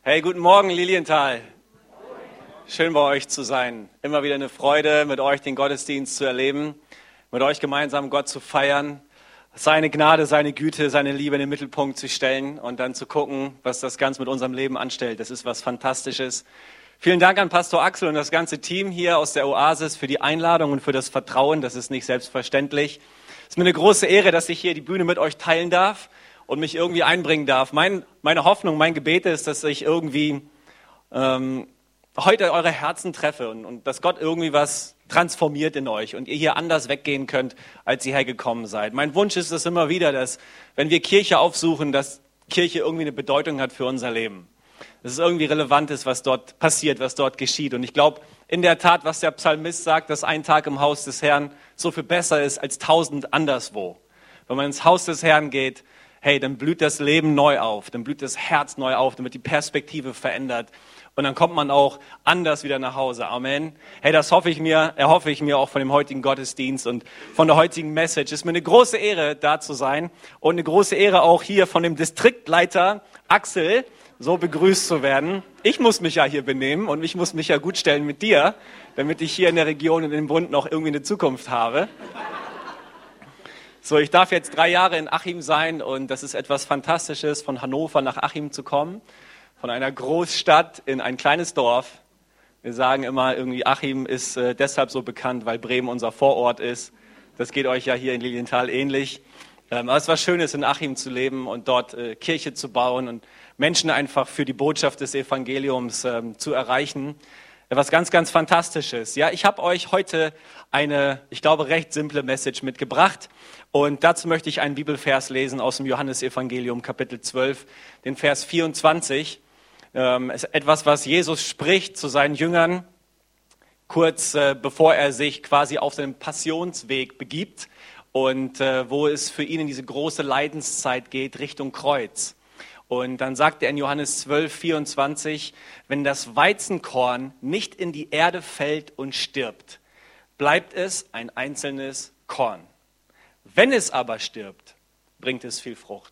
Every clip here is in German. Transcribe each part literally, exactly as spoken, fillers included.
Hey, guten Morgen, Lilienthal. Schön bei euch zu sein. Immer wieder eine Freude, mit euch den Gottesdienst zu erleben, mit euch gemeinsam Gott zu feiern, seine Gnade, seine Güte, seine Liebe in den Mittelpunkt zu stellen und dann zu gucken, was das Ganze mit unserem Leben anstellt. Das ist was Fantastisches. Vielen Dank an Pastor Axel und das ganze Team hier aus der Oasis für die Einladung und für das Vertrauen. Das ist nicht selbstverständlich. Es ist mir eine große Ehre, dass ich hier die Bühne mit euch teilen darf und mich irgendwie einbringen darf. Mein, meine Hoffnung, mein Gebet ist, dass ich irgendwie ähm, heute eure Herzen treffe und, und dass Gott irgendwie was transformiert in euch und ihr hier anders weggehen könnt, als ihr hergekommen seid. Mein Wunsch ist es immer wieder, dass, wenn wir Kirche aufsuchen, dass Kirche irgendwie eine Bedeutung hat für unser Leben. Dass es irgendwie relevant ist, was dort passiert, was dort geschieht. Und ich glaube, in der Tat, was der Psalmist sagt, dass ein Tag im Haus des Herrn so viel besser ist als tausend anderswo. Wenn man ins Haus des Herrn geht, hey, dann blüht das Leben neu auf, dann blüht das Herz neu auf, dann wird die Perspektive verändert und dann kommt man auch anders wieder nach Hause. Amen. Hey, das hoffe ich mir, erhoffe ich mir auch von dem heutigen Gottesdienst und von der heutigen Message. Es ist mir eine große Ehre, da zu sein und eine große Ehre auch hier von dem Distriktleiter Axel so begrüßt zu werden. Ich muss mich ja hier benehmen und ich muss mich ja gut stellen mit dir, damit ich hier in der Region und im Bund noch irgendwie eine Zukunft habe. So, ich darf jetzt drei Jahre in Achim sein und das ist etwas Fantastisches, von Hannover nach Achim zu kommen, von einer Großstadt in ein kleines Dorf. Wir sagen immer, irgendwie Achim ist äh, deshalb so bekannt, weil Bremen unser Vorort ist. Das geht euch ja hier in Lilienthal ähnlich. Ähm, aber es war schön, in Achim zu leben und dort äh, Kirche zu bauen und Menschen einfach für die Botschaft des Evangeliums ähm, zu erreichen. Was ganz, ganz Fantastisches. Ja, ich habe euch heute eine, ich glaube, recht simple Message mitgebracht. Und dazu möchte ich einen Bibelvers lesen aus dem Johannesevangelium, Kapitel zwölf, den Vers vierundzwanzig. Ähm, ist etwas, was Jesus spricht zu seinen Jüngern, kurz äh, bevor er sich quasi auf seinen Passionsweg begibt und äh, wo es für ihn in diese große Leidenszeit geht, Richtung Kreuz. Und dann sagt er in Johannes zwölf, vierundzwanzig, wenn das Weizenkorn nicht in die Erde fällt und stirbt, bleibt es ein einzelnes Korn. Wenn es aber stirbt, bringt es viel Frucht.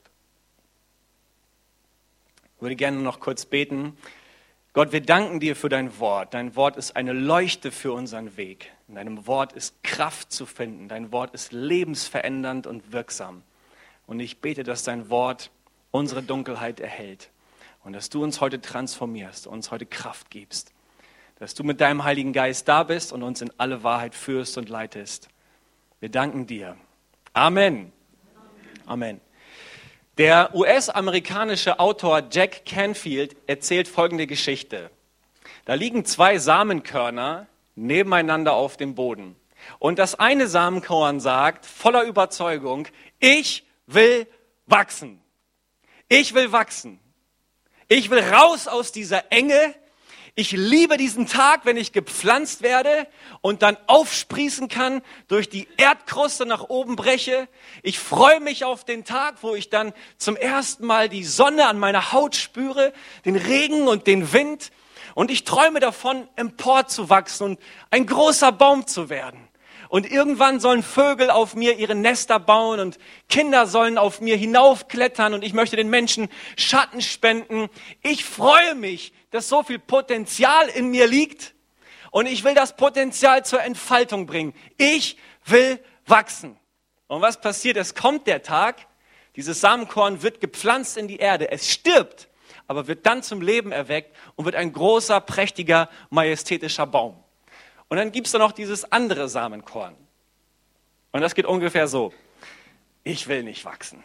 Ich würde gerne noch kurz beten. Gott, wir danken dir für dein Wort. Dein Wort ist eine Leuchte für unseren Weg. In deinem Wort ist Kraft zu finden. Dein Wort ist lebensverändernd und wirksam. Und ich bete, dass dein Wort unsere Dunkelheit erhält und dass du uns heute transformierst, uns heute Kraft gibst, dass du mit deinem Heiligen Geist da bist und uns in alle Wahrheit führst und leitest. Wir danken dir. Amen. Amen. Der U S-amerikanische Autor Jack Canfield erzählt folgende Geschichte. Da liegen zwei Samenkörner nebeneinander auf dem Boden. Und das eine Samenkorn sagt voller Überzeugung, ich will wachsen. Ich will wachsen. Ich will raus aus dieser Enge. Ich liebe diesen Tag, wenn ich gepflanzt werde und dann aufsprießen kann, durch die Erdkruste nach oben breche. Ich freue mich auf den Tag, wo ich dann zum ersten Mal die Sonne an meiner Haut spüre, den Regen und den Wind. Und ich träume davon, emporzuwachsen und ein großer Baum zu werden. Und irgendwann sollen Vögel auf mir ihre Nester bauen und Kinder sollen auf mir hinaufklettern und ich möchte den Menschen Schatten spenden. Ich freue mich, dass so viel Potenzial in mir liegt und ich will das Potenzial zur Entfaltung bringen. Ich will wachsen. Und was passiert? Es kommt der Tag, dieses Samenkorn wird gepflanzt in die Erde. Es stirbt, aber wird dann zum Leben erweckt und wird ein großer, prächtiger, majestätischer Baum. Und dann gibt es da noch dieses andere Samenkorn. Und das geht ungefähr so. Ich will nicht wachsen.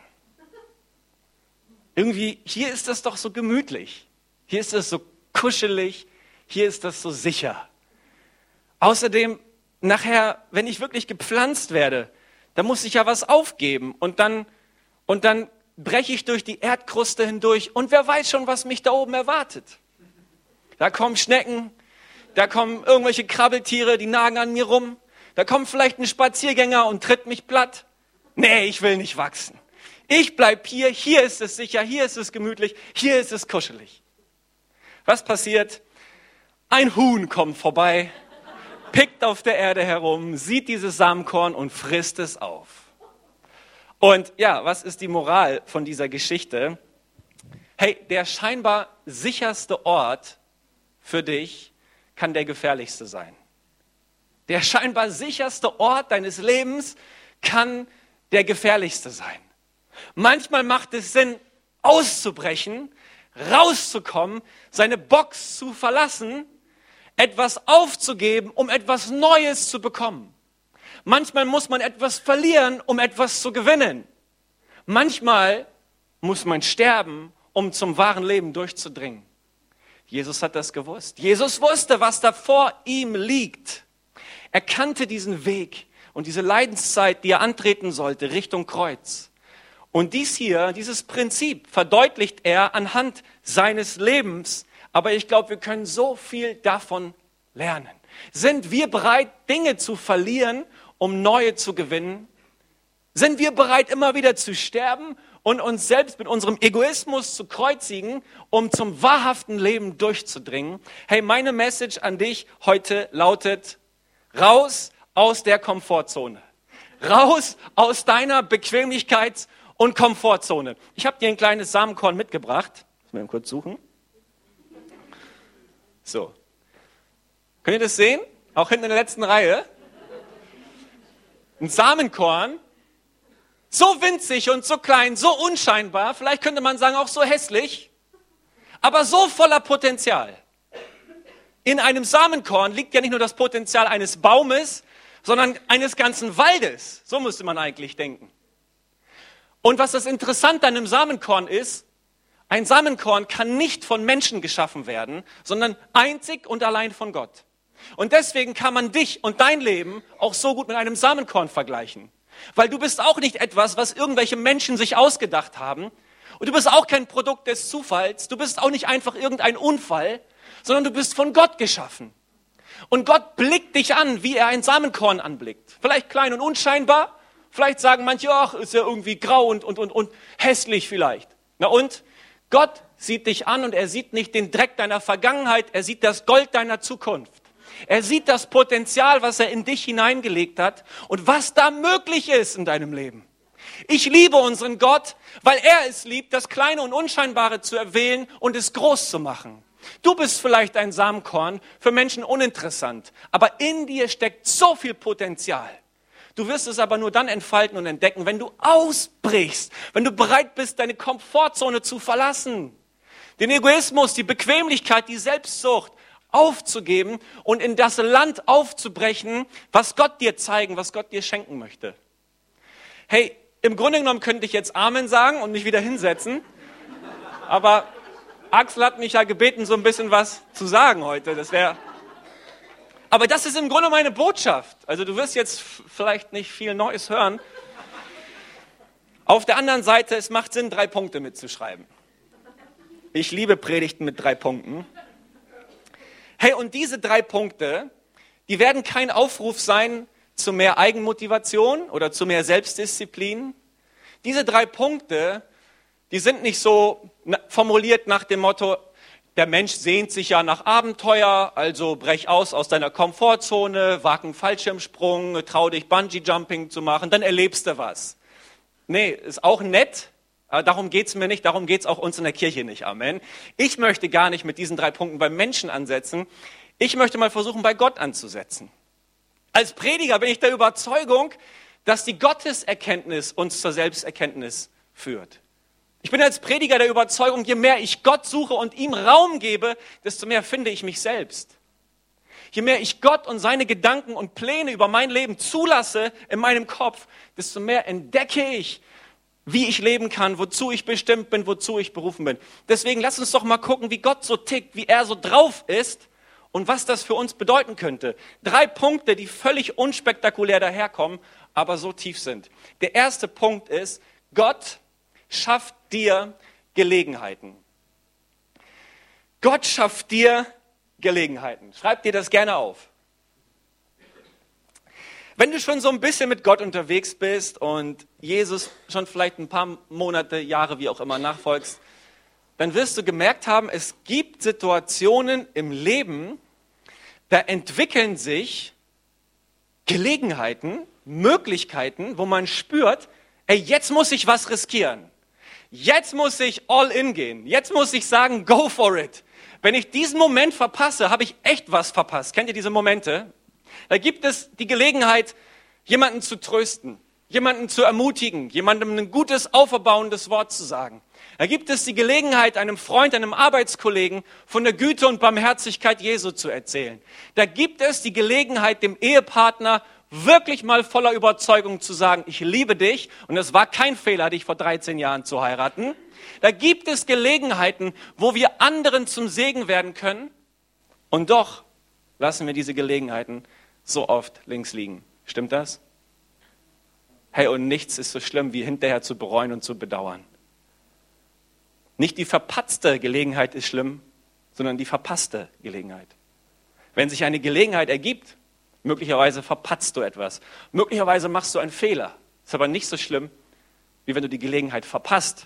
Irgendwie, hier ist das doch so gemütlich. Hier ist es so kuschelig. Hier ist das so sicher. Außerdem, nachher, wenn ich wirklich gepflanzt werde, dann muss ich ja was aufgeben. Und dann, und dann breche ich durch die Erdkruste hindurch. Und wer weiß schon, was mich da oben erwartet. Da kommen Schnecken. Da kommen irgendwelche Krabbeltiere, die nagen an mir rum. Da kommt vielleicht ein Spaziergänger und tritt mich platt. Nee, ich will nicht wachsen. Ich bleib hier, hier ist es sicher, hier ist es gemütlich, hier ist es kuschelig. Was passiert? Ein Huhn kommt vorbei, pickt auf der Erde herum, sieht dieses Samenkorn und frisst es auf. Und ja, was ist die Moral von dieser Geschichte? Hey, der scheinbar sicherste Ort für dich kann der gefährlichste sein. Der scheinbar sicherste Ort deines Lebens kann der gefährlichste sein. Manchmal macht es Sinn, auszubrechen, rauszukommen, seine Box zu verlassen, etwas aufzugeben, um etwas Neues zu bekommen. Manchmal muss man etwas verlieren, um etwas zu gewinnen. Manchmal muss man sterben, um zum wahren Leben durchzudringen. Jesus hat das gewusst. Jesus wusste, was da vor ihm liegt. Er kannte diesen Weg und diese Leidenszeit, die er antreten sollte, Richtung Kreuz. Und dies hier, dieses Prinzip verdeutlicht er anhand seines Lebens. Aber ich glaube, wir können so viel davon lernen. Sind wir bereit, Dinge zu verlieren, um neue zu gewinnen? Sind wir bereit, immer wieder zu sterben und uns selbst mit unserem Egoismus zu kreuzigen, um zum wahrhaften Leben durchzudringen? Hey, meine Message an dich heute lautet: Raus aus der Komfortzone. Raus aus deiner Bequemlichkeits- und Komfortzone. Ich habe dir ein kleines Samenkorn mitgebracht. Muss mal kurz suchen. So. Könnt ihr das sehen? Auch hinten in der letzten Reihe. Ein Samenkorn. So winzig und so klein, so unscheinbar. Vielleicht könnte man sagen, auch so hässlich. Aber so voller Potenzial. In einem Samenkorn liegt ja nicht nur das Potenzial eines Baumes, sondern eines ganzen Waldes. So müsste man eigentlich denken. Und was das Interessante an einem Samenkorn ist, ein Samenkorn kann nicht von Menschen geschaffen werden, sondern einzig und allein von Gott. Und deswegen kann man dich und dein Leben auch so gut mit einem Samenkorn vergleichen. Weil du bist auch nicht etwas, was irgendwelche Menschen sich ausgedacht haben. Und du bist auch kein Produkt des Zufalls. Du bist auch nicht einfach irgendein Unfall, sondern du bist von Gott geschaffen. Und Gott blickt dich an, wie er ein Samenkorn anblickt. Vielleicht klein und unscheinbar. Vielleicht sagen manche, ach, ist ja irgendwie grau und, und, und, und hässlich vielleicht. Na und? Gott sieht dich an und er sieht nicht den Dreck deiner Vergangenheit, er sieht das Gold deiner Zukunft. Er sieht das Potenzial, was er in dich hineingelegt hat und was da möglich ist in deinem Leben. Ich liebe unseren Gott, weil er es liebt, das Kleine und Unscheinbare zu erwählen und es groß zu machen. Du bist vielleicht ein Samenkorn, für Menschen uninteressant, aber in dir steckt so viel Potenzial. Du wirst es aber nur dann entfalten und entdecken, wenn du ausbrichst, wenn du bereit bist, deine Komfortzone zu verlassen, den Egoismus, die Bequemlichkeit, die Selbstsucht aufzugeben und in das Land aufzubrechen, was Gott dir zeigen, was Gott dir schenken möchte. Hey, im Grunde genommen könnte ich jetzt Amen sagen und mich wieder hinsetzen, aber Axel hat mich ja gebeten, so ein bisschen was zu sagen heute. Das wäre... Aber das ist im Grunde meine Botschaft. Also du wirst jetzt vielleicht nicht viel Neues hören. Auf der anderen Seite, es macht Sinn, drei Punkte mitzuschreiben. Ich liebe Predigten mit drei Punkten. Hey, und diese drei Punkte, die werden kein Aufruf sein zu mehr Eigenmotivation oder zu mehr Selbstdisziplin. Diese drei Punkte, die sind nicht so formuliert nach dem Motto, der Mensch sehnt sich ja nach Abenteuer, also brech aus aus deiner Komfortzone, wag einen Fallschirmsprung, trau dich Bungee-Jumping zu machen, dann erlebst du was. Nee, ist auch nett, aber darum geht's mir nicht, darum geht's auch uns in der Kirche nicht, Amen. Ich möchte gar nicht mit diesen drei Punkten beim Menschen ansetzen, ich möchte mal versuchen, bei Gott anzusetzen. Als Prediger bin ich der Überzeugung, dass die Gotteserkenntnis uns zur Selbsterkenntnis führt. Ich bin als Prediger der Überzeugung, je mehr ich Gott suche und ihm Raum gebe, desto mehr finde ich mich selbst. Je mehr ich Gott und seine Gedanken und Pläne über mein Leben zulasse in meinem Kopf, desto mehr entdecke ich, wie ich leben kann, wozu ich bestimmt bin, wozu ich berufen bin. Deswegen lass uns doch mal gucken, wie Gott so tickt, wie er so drauf ist und was das für uns bedeuten könnte. Drei Punkte, die völlig unspektakulär daherkommen, aber so tief sind. Der erste Punkt ist, Gott schafft dir Gelegenheiten. Gott schafft dir Gelegenheiten. Schreib dir das gerne auf. Wenn du schon so ein bisschen mit Gott unterwegs bist und Jesus schon vielleicht ein paar Monate, Jahre, wie auch immer nachfolgst, dann wirst du gemerkt haben, es gibt Situationen im Leben, da entwickeln sich Gelegenheiten, Möglichkeiten, wo man spürt, ey, jetzt muss ich was riskieren. jetzt muss ich all in gehen. Jetzt muss ich sagen, go for it. Wenn ich diesen Moment verpasse, habe ich echt was verpasst. Kennt ihr diese Momente? Da gibt es die Gelegenheit, jemanden zu trösten, jemanden zu ermutigen, jemandem ein gutes, auferbauendes Wort zu sagen. Da gibt es die Gelegenheit, einem Freund, einem Arbeitskollegen von der Güte und Barmherzigkeit Jesu zu erzählen. Da gibt es die Gelegenheit, dem Ehepartner wirklich mal voller Überzeugung zu sagen, ich liebe dich und es war kein Fehler, dich vor dreizehn Jahren zu heiraten. Da gibt es Gelegenheiten, wo wir anderen zum Segen werden können und doch lassen wir diese Gelegenheiten so oft links liegen. Stimmt das? Hey, und nichts ist so schlimm, wie hinterher zu bereuen und zu bedauern. Nicht die verpatzte Gelegenheit ist schlimm, sondern die verpasste Gelegenheit. Wenn sich eine Gelegenheit ergibt, möglicherweise verpatzt du etwas. Möglicherweise machst du einen Fehler. Ist aber nicht so schlimm, wie wenn du die Gelegenheit verpasst.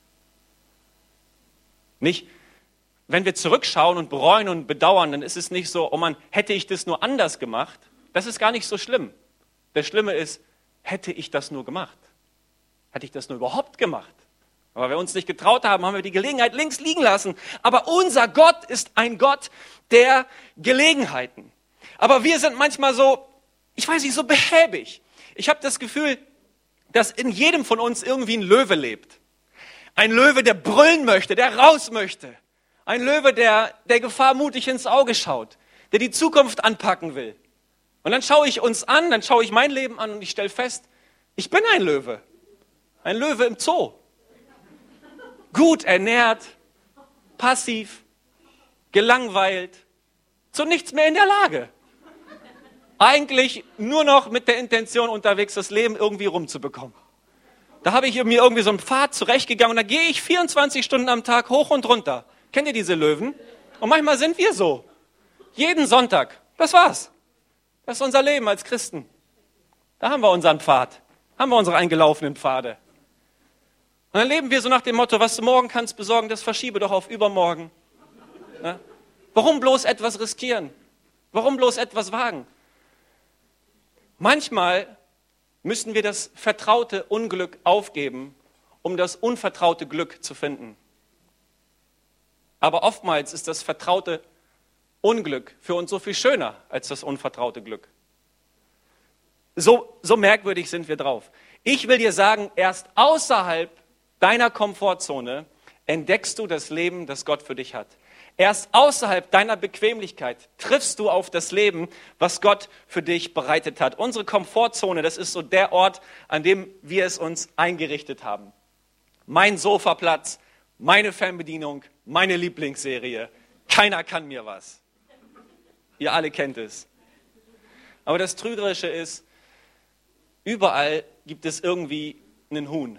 Nicht, wenn wir zurückschauen und bereuen und bedauern, dann ist es nicht so, oh Mann, hätte ich das nur anders gemacht. Das ist gar nicht so schlimm. Das Schlimme ist, hätte ich das nur gemacht? Hätte ich das nur überhaupt gemacht? Aber wir uns nicht getraut haben, haben wir die Gelegenheit links liegen lassen. Aber unser Gott ist ein Gott der Gelegenheiten. Aber wir sind manchmal so, ich weiß nicht, so behäbig. Ich habe das Gefühl, dass in jedem von uns irgendwie ein Löwe lebt. Ein Löwe, der brüllen möchte, der raus möchte. Ein Löwe, der der Gefahr mutig ins Auge schaut, der die Zukunft anpacken will. Und dann schaue ich uns an, dann schaue ich mein Leben an und ich stelle fest, ich bin ein Löwe. Ein Löwe im Zoo. Gut ernährt, passiv, gelangweilt, zu nichts mehr in der Lage. Eigentlich nur noch mit der Intention unterwegs, das Leben irgendwie rumzubekommen. Da habe ich mir irgendwie so einen Pfad zurechtgegangen und da gehe ich vierundzwanzig Stunden am Tag hoch und runter. Kennt ihr diese Löwen? Und manchmal sind wir so. Jeden Sonntag. Das war's. Das ist unser Leben als Christen. Da haben wir unseren Pfad. Haben wir unsere eingelaufenen Pfade. Und dann leben wir so nach dem Motto, was du morgen kannst besorgen, das verschiebe doch auf übermorgen. Ja? Warum bloß etwas riskieren? Warum bloß etwas wagen? Manchmal müssen wir das vertraute Unglück aufgeben, um das unvertraute Glück zu finden. Aber oftmals ist das vertraute Unglück für uns so viel schöner als das unvertraute Glück. So, so merkwürdig sind wir drauf. Ich will dir sagen, erst außerhalb deiner Komfortzone entdeckst du das Leben, das Gott für dich hat. Erst außerhalb deiner Bequemlichkeit triffst du auf das Leben, was Gott für dich bereitet hat. Unsere Komfortzone, das ist so der Ort, an dem wir es uns eingerichtet haben. Mein Sofaplatz, meine Fernbedienung, meine Lieblingsserie. Keiner kann mir was. Ihr alle kennt es. Aber das Trügerische ist, überall gibt es irgendwie einen Huhn.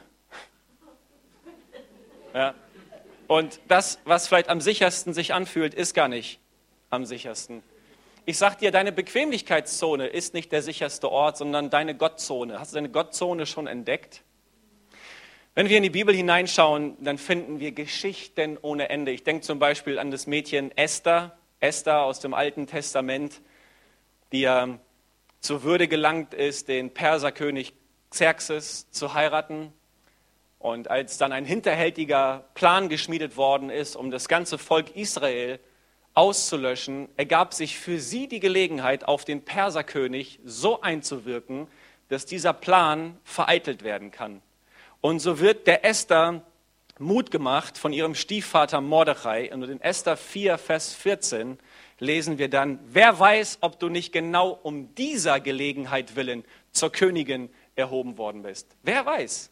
Ja. Und das, was vielleicht am sichersten sich anfühlt, ist gar nicht am sichersten. Ich sag dir, deine Bequemlichkeitszone ist nicht der sicherste Ort, sondern deine Gottzone. Hast du deine Gottzone schon entdeckt? Wenn wir in die Bibel hineinschauen, dann finden wir Geschichten ohne Ende. Ich denke zum Beispiel an das Mädchen Esther, Esther aus dem Alten Testament, die ja zur Würde gelangt ist, den Perserkönig Xerxes zu heiraten. Und als dann ein hinterhältiger Plan geschmiedet worden ist, um das ganze Volk Israel auszulöschen, ergab sich für sie die Gelegenheit, auf den Perserkönig so einzuwirken, dass dieser Plan vereitelt werden kann. Und so wird der Esther Mut gemacht von ihrem Stiefvater Mordechai. Und in Esther vier, Vers vierzehn lesen wir dann, wer weiß, ob du nicht genau um dieser Gelegenheit willen zur Königin erhoben worden bist. Wer weiß,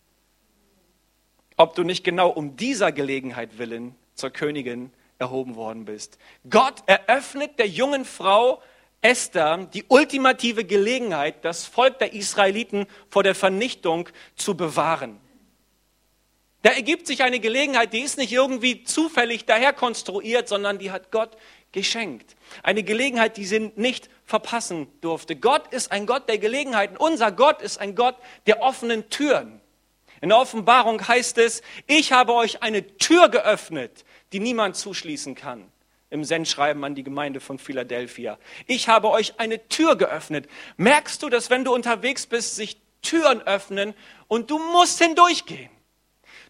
ob du nicht genau um dieser Gelegenheit willen zur Königin erhoben worden bist. Gott eröffnet der jungen Frau Esther die ultimative Gelegenheit, das Volk der Israeliten vor der Vernichtung zu bewahren. Da ergibt sich eine Gelegenheit, die ist nicht irgendwie zufällig daher konstruiert, sondern die hat Gott geschenkt. Eine Gelegenheit, die sie nicht verpassen durfte. Gott ist ein Gott der Gelegenheiten. Unser Gott ist ein Gott der offenen Türen. In der Offenbarung heißt es, ich habe euch eine Tür geöffnet, die niemand zuschließen kann. Im Sendschreiben an die Gemeinde von Philadelphia. Ich habe euch eine Tür geöffnet. Merkst du, dass wenn du unterwegs bist, sich Türen öffnen und du musst hindurchgehen?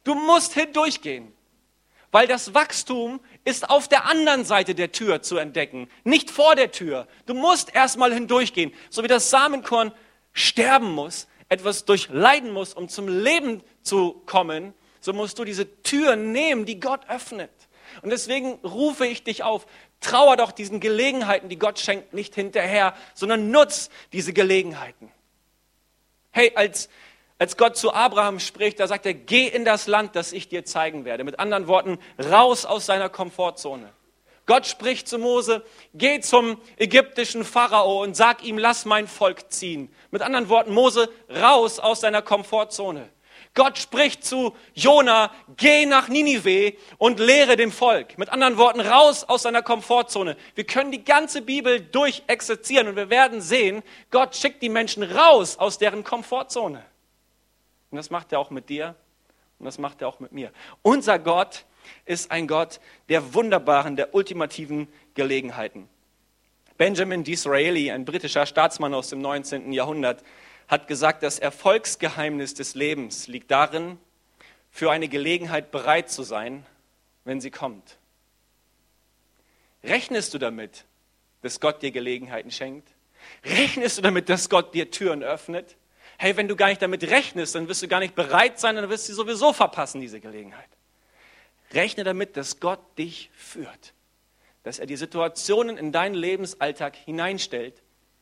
Du musst hindurchgehen, weil das Wachstum ist auf der anderen Seite der Tür zu entdecken, nicht vor der Tür. Du musst erstmal hindurchgehen, so wie das Samenkorn sterben muss, etwas durchleiden muss, um zum Leben zu kommen, so musst du diese Tür nehmen, die Gott öffnet. Und deswegen rufe ich dich auf, trauer doch diesen Gelegenheiten, die Gott schenkt, nicht hinterher, sondern nutz diese Gelegenheiten. Hey, als, als Gott zu Abraham spricht, da sagt er, geh in das Land, das ich dir zeigen werde. Mit anderen Worten, raus aus seiner Komfortzone. Gott spricht zu Mose, geh zum ägyptischen Pharao und sag ihm, lass mein Volk ziehen. Mit anderen Worten, Mose, raus aus seiner Komfortzone. Gott spricht zu Jona, geh nach Ninive und lehre dem Volk. Mit anderen Worten, raus aus seiner Komfortzone. Wir können die ganze Bibel durchexerzieren und wir werden sehen, Gott schickt die Menschen raus aus deren Komfortzone. Und das macht er auch mit dir und das macht er auch mit mir. Unser Gott ist ein Gott der wunderbaren, der ultimativen Gelegenheiten. Benjamin Disraeli, ein britischer Staatsmann aus dem neunzehnten Jahrhundert, hat gesagt, das Erfolgsgeheimnis des Lebens liegt darin, für eine Gelegenheit bereit zu sein, wenn sie kommt. Rechnest du damit, dass Gott dir Gelegenheiten schenkt? Rechnest du damit, dass Gott dir Türen öffnet? Hey, wenn du gar nicht damit rechnest, dann wirst du gar nicht bereit sein, dann wirst du sie sowieso verpassen, diese Gelegenheit. Rechne damit, dass Gott dich führt, dass er die Situationen in deinen Lebensalltag hineinstellt,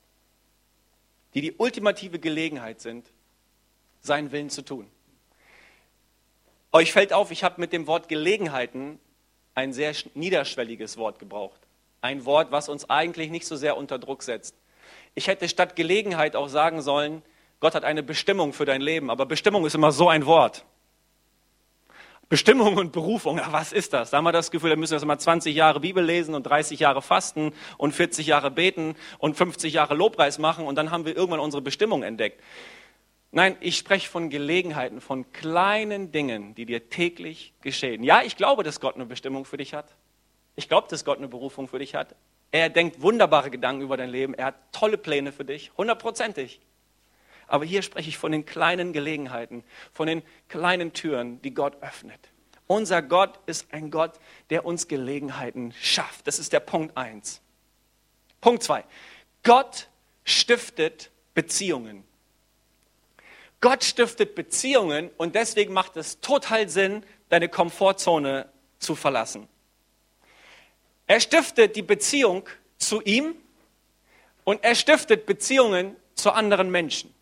die die ultimative Gelegenheit sind, seinen Willen zu tun. Euch fällt auf, ich habe mit dem Wort Gelegenheiten ein sehr niederschwelliges Wort gebraucht. Ein Wort, was uns eigentlich nicht so sehr unter Druck setzt. Ich hätte statt Gelegenheit auch sagen sollen, Gott hat eine Bestimmung für dein Leben, aber Bestimmung ist immer so ein Wort. Bestimmung und Berufung, ach, was ist das? Da haben wir das Gefühl, da müssen wir jetzt mal zwanzig Jahre Bibel lesen und dreißig Jahre fasten und vierzig Jahre beten und fünfzig Jahre Lobpreis machen und dann haben wir irgendwann unsere Bestimmung entdeckt. Nein, ich spreche von Gelegenheiten, von kleinen Dingen, die dir täglich geschehen. Ja, ich glaube, dass Gott eine Bestimmung für dich hat. Ich glaube, dass Gott eine Berufung für dich hat. Er denkt wunderbare Gedanken über dein Leben. Er hat tolle Pläne für dich, hundertprozentig. Aber hier spreche ich von den kleinen Gelegenheiten, von den kleinen Türen, die Gott öffnet. Unser Gott ist ein Gott, der uns Gelegenheiten schafft. Das ist der Punkt eins. Punkt zwei. Gott stiftet Beziehungen. Gott stiftet Beziehungen und deswegen macht es total Sinn, deine Komfortzone zu verlassen. Er stiftet die Beziehung zu ihm und er stiftet Beziehungen zu anderen Menschen.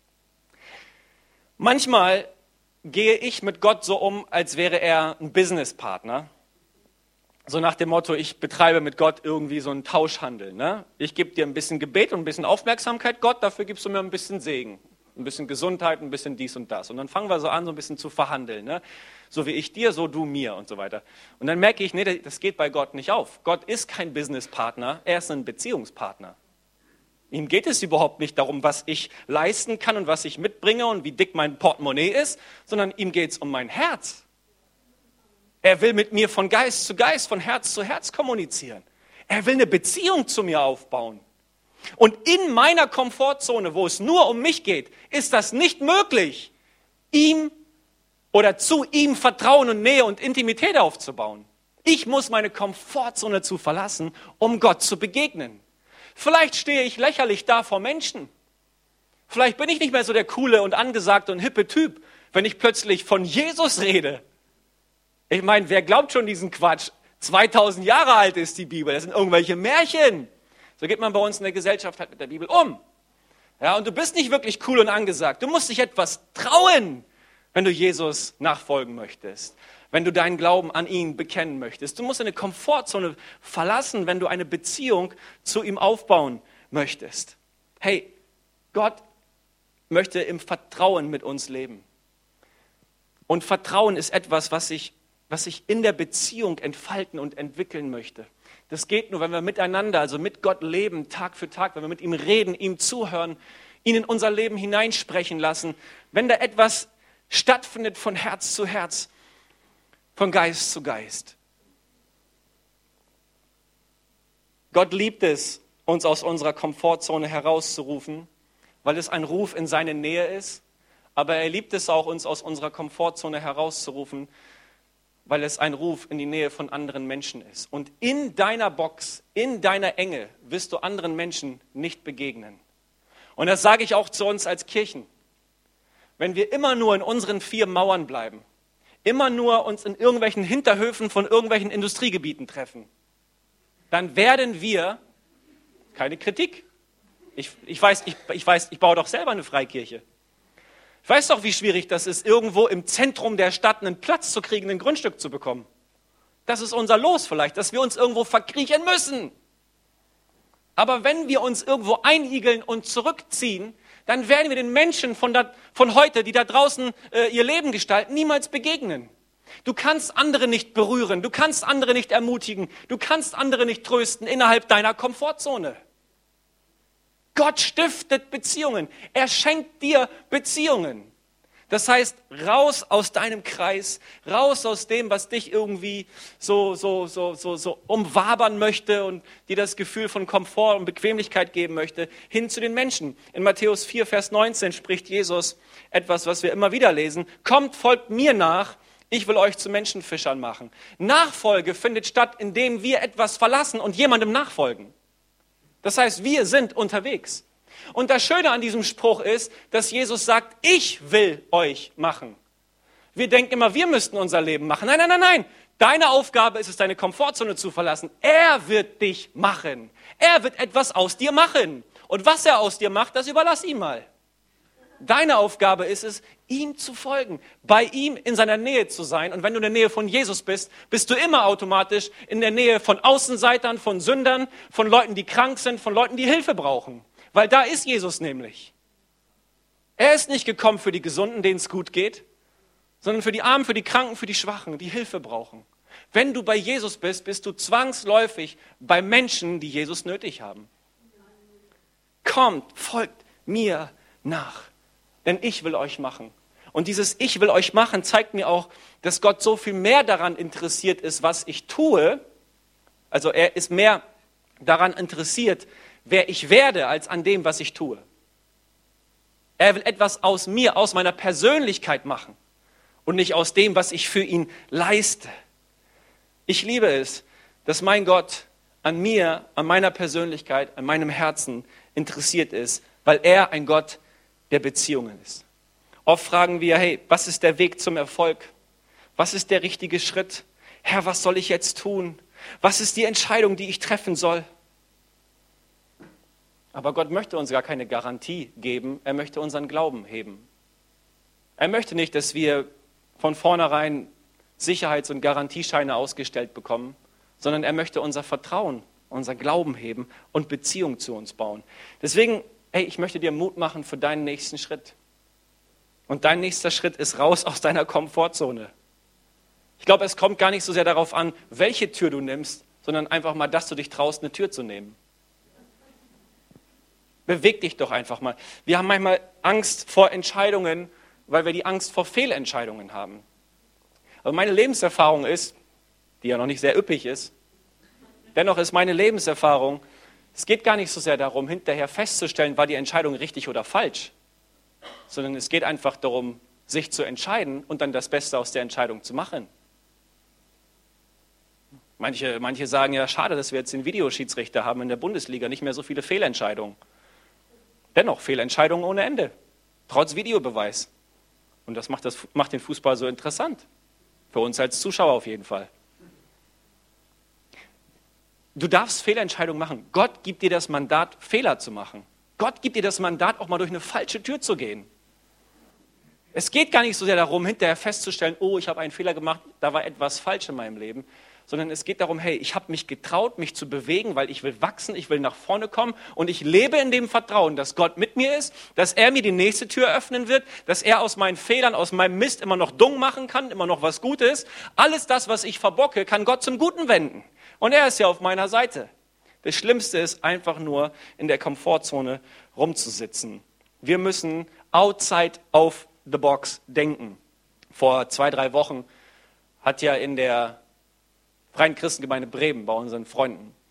Manchmal gehe ich mit Gott so um, als wäre er ein Businesspartner. So nach dem Motto, ich betreibe mit Gott irgendwie so einen Tauschhandel. Ne? Ich gebe dir ein bisschen Gebet und ein bisschen Aufmerksamkeit, Gott, dafür gibst du mir ein bisschen Segen. Ein bisschen Gesundheit, ein bisschen dies und das. Und dann fangen wir so an, so ein bisschen zu verhandeln. Ne? So wie ich dir, so du mir und so weiter. Und dann merke ich, nee, das geht bei Gott nicht auf. Gott ist kein Businesspartner, er ist ein Beziehungspartner. Ihm geht es überhaupt nicht darum, was ich leisten kann und was ich mitbringe und wie dick mein Portemonnaie ist, sondern ihm geht es um mein Herz. Er will mit mir von Geist zu Geist, von Herz zu Herz kommunizieren. Er will eine Beziehung zu mir aufbauen. Und in meiner Komfortzone, wo es nur um mich geht, ist das nicht möglich, ihm oder zu ihm Vertrauen und Nähe und Intimität aufzubauen. Ich muss meine Komfortzone zu verlassen, um Gott zu begegnen. Vielleicht stehe ich lächerlich da vor Menschen. Vielleicht bin ich nicht mehr so der coole und angesagte und hippe Typ, wenn ich plötzlich von Jesus rede. Ich meine, wer glaubt schon diesen Quatsch? zweitausend Jahre alt ist die Bibel, das sind irgendwelche Märchen. So geht man bei uns in der Gesellschaft halt mit der Bibel um. Ja, und du bist nicht wirklich cool und angesagt. Du musst dich etwas trauen, wenn du Jesus nachfolgen möchtest. Wenn du deinen Glauben an ihn bekennen möchtest. Du musst eine Komfortzone verlassen, wenn du eine Beziehung zu ihm aufbauen möchtest. Hey, Gott möchte im Vertrauen mit uns leben. Und Vertrauen ist etwas, was sich, was sich in der Beziehung entfalten und entwickeln möchte. Das geht nur, wenn wir miteinander, also mit Gott leben, Tag für Tag, wenn wir mit ihm reden, ihm zuhören, ihn in unser Leben hineinsprechen lassen. Wenn da etwas stattfindet von Herz zu Herz, von Geist zu Geist. Gott liebt es, uns aus unserer Komfortzone herauszurufen, weil es ein Ruf in seine Nähe ist, aber er liebt es auch, uns aus unserer Komfortzone herauszurufen, weil es ein Ruf in die Nähe von anderen Menschen ist. Und in deiner Box, in deiner Enge wirst du anderen Menschen nicht begegnen. Und das sage ich auch zu uns als Kirchen. Wenn wir immer nur in unseren vier Mauern bleiben, immer nur uns in irgendwelchen Hinterhöfen von irgendwelchen Industriegebieten treffen, dann werden wir, keine Kritik, ich, ich, weiß, ich, ich weiß, ich baue doch selber eine Freikirche. Ich weiß doch, wie schwierig das ist, irgendwo im Zentrum der Stadt einen Platz zu kriegen, ein Grundstück zu bekommen. Das ist unser Los vielleicht, dass wir uns irgendwo verkriechen müssen. Aber wenn wir uns irgendwo einigeln und zurückziehen, dann werden wir den Menschen von, da, von heute, die da draußen äh, ihr Leben gestalten, niemals begegnen. Du kannst andere nicht berühren, du kannst andere nicht ermutigen, du kannst andere nicht trösten innerhalb deiner Komfortzone. Gott stiftet Beziehungen. Er schenkt dir Beziehungen. Das heißt, raus aus deinem Kreis, raus aus dem, was dich irgendwie so, so, so, so, so umwabern möchte und dir das Gefühl von Komfort und Bequemlichkeit geben möchte, hin zu den Menschen. In Matthäus vier, Vers neunzehn spricht Jesus etwas, was wir immer wieder lesen. Kommt, folgt mir nach, ich will euch zu Menschenfischern machen. Nachfolge findet statt, indem wir etwas verlassen und jemandem nachfolgen. Das heißt, wir sind unterwegs. Und das Schöne an diesem Spruch ist, dass Jesus sagt, ich will euch machen. Wir denken immer, wir müssten unser Leben machen. Nein, nein, nein, nein. Deine Aufgabe ist es, deine Komfortzone zu verlassen. Er wird dich machen. Er wird etwas aus dir machen. Und was er aus dir macht, das überlass ihm mal. Deine Aufgabe ist es, ihm zu folgen, bei ihm in seiner Nähe zu sein. Und wenn du in der Nähe von Jesus bist, bist du immer automatisch in der Nähe von Außenseitern, von Sündern, von Leuten, die krank sind, von Leuten, die Hilfe brauchen. Weil da ist Jesus nämlich. Er ist nicht gekommen für die Gesunden, denen es gut geht, sondern für die Armen, für die Kranken, für die Schwachen, die Hilfe brauchen. Wenn du bei Jesus bist, bist du zwangsläufig bei Menschen, die Jesus nötig haben. Kommt, folgt mir nach. Denn ich will euch machen. Und dieses Ich will euch machen zeigt mir auch, dass Gott so viel mehr daran interessiert ist, was ich tue. Also er ist mehr daran interessiert, wer ich werde, als an dem, was ich tue. Er will etwas aus mir, aus meiner Persönlichkeit machen und nicht aus dem, was ich für ihn leiste. Ich liebe es, dass mein Gott an mir, an meiner Persönlichkeit, an meinem Herzen interessiert ist, weil er ein Gott der Beziehungen ist. Oft fragen wir, hey, was ist der Weg zum Erfolg? Was ist der richtige Schritt? Herr, was soll ich jetzt tun? Was ist die Entscheidung, die ich treffen soll? Aber Gott möchte uns gar keine Garantie geben. Er möchte unseren Glauben heben. Er möchte nicht, dass wir von vornherein Sicherheits- und Garantiescheine ausgestellt bekommen, sondern er möchte unser Vertrauen, unser Glauben heben und Beziehung zu uns bauen. Deswegen, hey, ich möchte dir Mut machen für deinen nächsten Schritt. Und dein nächster Schritt ist raus aus deiner Komfortzone. Ich glaube, es kommt gar nicht so sehr darauf an, welche Tür du nimmst, sondern einfach mal, dass du dich traust, eine Tür zu nehmen. Beweg dich doch einfach mal. Wir haben manchmal Angst vor Entscheidungen, weil wir die Angst vor Fehlentscheidungen haben. Aber meine Lebenserfahrung ist, die ja noch nicht sehr üppig ist, dennoch ist meine Lebenserfahrung, es geht gar nicht so sehr darum, hinterher festzustellen, war die Entscheidung richtig oder falsch, sondern es geht einfach darum, sich zu entscheiden und dann das Beste aus der Entscheidung zu machen. Manche, manche sagen ja, schade, dass wir jetzt den Videoschiedsrichter haben in der Bundesliga, nicht mehr so viele Fehlentscheidungen. Dennoch Fehlentscheidungen ohne Ende, trotz Videobeweis. Und das macht, das macht den Fußball so interessant. Für uns als Zuschauer auf jeden Fall. Du darfst Fehlentscheidungen machen. Gott gibt dir das Mandat, Fehler zu machen. Gott gibt dir das Mandat, auch mal durch eine falsche Tür zu gehen. Es geht gar nicht so sehr darum, hinterher festzustellen, oh, ich habe einen Fehler gemacht, da war etwas falsch in meinem Leben, sondern es geht darum, hey, ich habe mich getraut, mich zu bewegen, weil ich will wachsen, ich will nach vorne kommen und ich lebe in dem Vertrauen, dass Gott mit mir ist, dass er mir die nächste Tür öffnen wird, dass er aus meinen Fehlern, aus meinem Mist immer noch dumm machen kann, immer noch was Gutes. Alles das, was ich verbocke, kann Gott zum Guten wenden. Und er ist ja auf meiner Seite. Das Schlimmste ist einfach nur, in der Komfortzone rumzusitzen. Wir müssen outside of the box denken. Vor zwei, drei Wochen hat ja in der Freien Christengemeinde Bremen bei unseren Freunden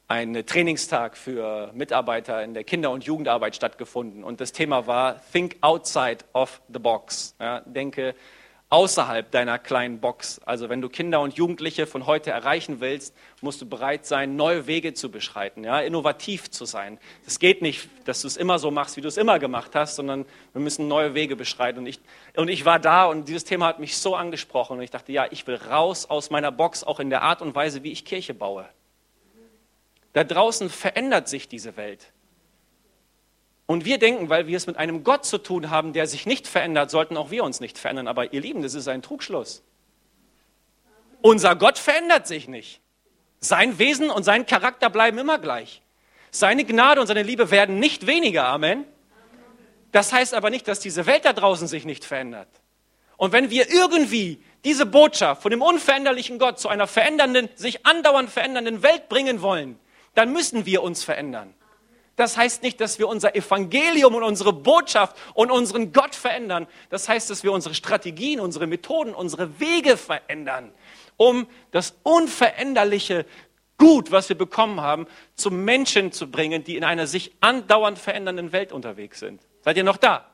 ein Trainingstag für Mitarbeiter in der Kinder- und Jugendarbeit stattgefunden. Und das Thema war Think outside of the box. Ja, denke außerhalb deiner kleinen Box. Also wenn du Kinder und Jugendliche von heute erreichen willst, musst du bereit sein, neue Wege zu beschreiten, ja, innovativ zu sein. Es geht nicht, dass du es immer so machst, wie du es immer gemacht hast, sondern wir müssen neue Wege beschreiten. Und ich, und ich war da und dieses Thema hat mich so angesprochen. Und ich dachte, ja, ich will raus aus meiner Box, auch in der Art und Weise, wie ich Kirche baue. Da draußen verändert sich diese Welt. Und wir denken, weil wir es mit einem Gott zu tun haben, der sich nicht verändert, sollten auch wir uns nicht verändern. Aber ihr Lieben, das ist ein Trugschluss. Unser Gott verändert sich nicht. Sein Wesen und sein Charakter bleiben immer gleich. Seine Gnade und seine Liebe werden nicht weniger. Amen. Das heißt aber nicht, dass diese Welt da draußen sich nicht verändert. Und wenn wir irgendwie diese Botschaft von dem unveränderlichen Gott zu einer verändernden, sich andauernd verändernden Welt bringen wollen, dann müssen wir uns verändern. Das heißt nicht, dass wir unser Evangelium und unsere Botschaft und unseren Gott verändern. Das heißt, dass wir unsere Strategien, unsere Methoden, unsere Wege verändern, um das unveränderliche Gut, was wir bekommen haben, zu Menschen zu bringen, die in einer sich andauernd verändernden Welt unterwegs sind. Seid ihr noch da?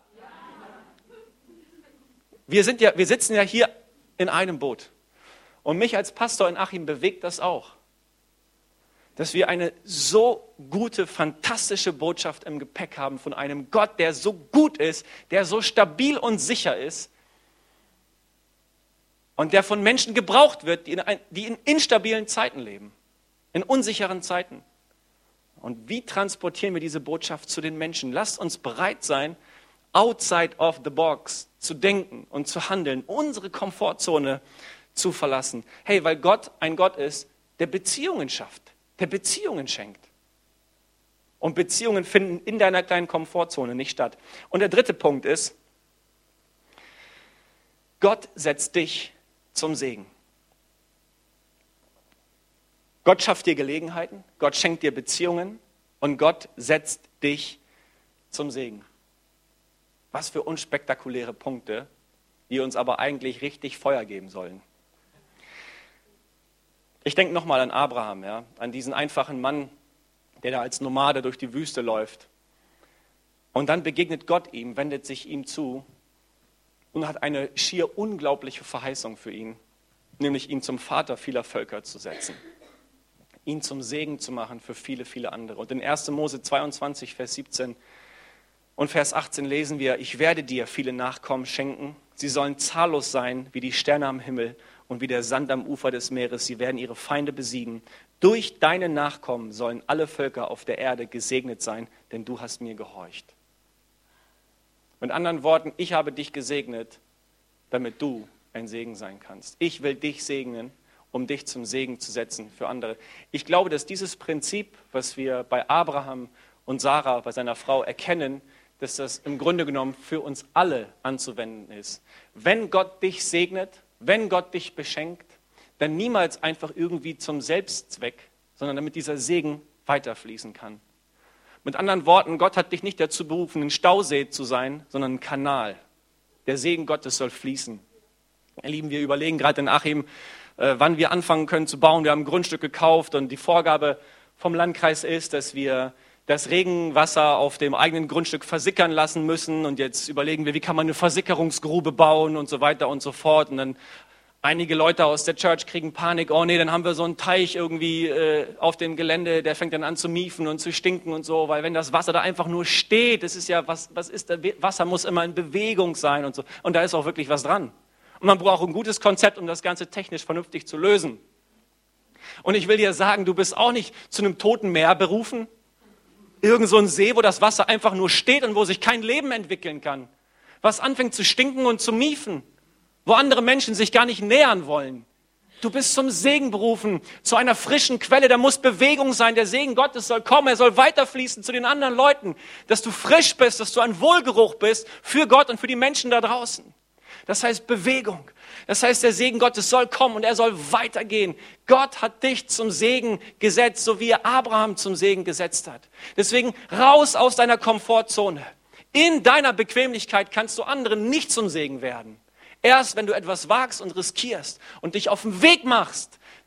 Wir sind ja, wir sitzen ja hier in einem Boot. Und mich als Pastor in Achim bewegt das auch. Dass wir eine so gute, fantastische Botschaft im Gepäck haben von einem Gott, der so gut ist, der so stabil und sicher ist und der von Menschen gebraucht wird, die in, ein, die in instabilen Zeiten leben, in unsicheren Zeiten. Und wie transportieren wir diese Botschaft zu den Menschen? Lasst uns bereit sein, outside of the box zu denken und zu handeln, unsere Komfortzone zu verlassen. Hey, weil Gott ein Gott ist, der Beziehungen schafft. Der Beziehungen schenkt. Und Beziehungen finden in deiner kleinen Komfortzone nicht statt. Und der dritte Punkt ist, Gott setzt dich zum Segen. Gott schafft dir Gelegenheiten, Gott schenkt dir Beziehungen und Gott setzt dich zum Segen. Was für unspektakuläre Punkte, die uns aber eigentlich richtig Feuer geben sollen. Ich denke nochmal an Abraham, ja, an diesen einfachen Mann, der da als Nomade durch die Wüste läuft. Und dann begegnet Gott ihm, wendet sich ihm zu und hat eine schier unglaubliche Verheißung für ihn, nämlich ihn zum Vater vieler Völker zu setzen, ihn zum Segen zu machen für viele, viele andere. Und in erster Mose zweiundzwanzig, Vers siebzehn und Vers achtzehn lesen wir, ich werde dir viele Nachkommen schenken, sie sollen zahllos sein wie die Sterne am Himmel und wie der Sand am Ufer des Meeres. Sie werden ihre Feinde besiegen. Durch deine Nachkommen sollen alle Völker auf der Erde gesegnet sein, denn du hast mir gehorcht. Mit anderen Worten, ich habe dich gesegnet, damit du ein Segen sein kannst. Ich will dich segnen, um dich zum Segen zu setzen für andere. Ich glaube, dass dieses Prinzip, was wir bei Abraham und Sarah, bei seiner Frau erkennen, dass das im Grunde genommen für uns alle anzuwenden ist. Wenn Gott dich segnet, wenn Gott dich beschenkt, dann niemals einfach irgendwie zum Selbstzweck, sondern damit dieser Segen weiterfließen kann. Mit anderen Worten, Gott hat dich nicht dazu berufen, ein Stausee zu sein, sondern ein Kanal. Der Segen Gottes soll fließen. Ihr Lieben, wir überlegen gerade in Achim, äh, wann wir anfangen können zu bauen. Wir haben ein Grundstück gekauft und die Vorgabe vom Landkreis ist, dass wir das Regenwasser auf dem eigenen Grundstück versickern lassen müssen. Und jetzt überlegen wir, wie kann man eine Versickerungsgrube bauen und so weiter und so fort. Und dann einige Leute aus der Church kriegen Panik. Oh nee, dann haben wir so einen Teich irgendwie äh, auf dem Gelände, der fängt dann an zu miefen und zu stinken und so. Weil wenn das Wasser da einfach nur steht, das ist ja, was, was ist da? Wasser muss immer in Bewegung sein und so. Und da ist auch wirklich was dran. Und man braucht ein gutes Konzept, um das Ganze technisch vernünftig zu lösen. Und ich will dir sagen, du bist auch nicht zu einem toten Meer berufen. Irgend so ein See, wo das Wasser einfach nur steht und wo sich kein Leben entwickeln kann. Was anfängt zu stinken und zu miefen. Wo andere Menschen sich gar nicht nähern wollen. Du bist zum Segen berufen, zu einer frischen Quelle. Da muss Bewegung sein. Der Segen Gottes soll kommen. Er soll weiterfließen zu den anderen Leuten. Dass du frisch bist, dass du ein Wohlgeruch bist für Gott und für die Menschen da draußen. Das heißt Bewegung. Das heißt, der Segen Gottes soll kommen und er soll weitergehen. Gott hat dich zum Segen gesetzt, so wie er Abraham zum Segen gesetzt hat. Deswegen raus aus deiner Komfortzone. In deiner Bequemlichkeit kannst du anderen nicht zum Segen werden. Erst wenn du etwas wagst und riskierst und dich auf den Weg machst,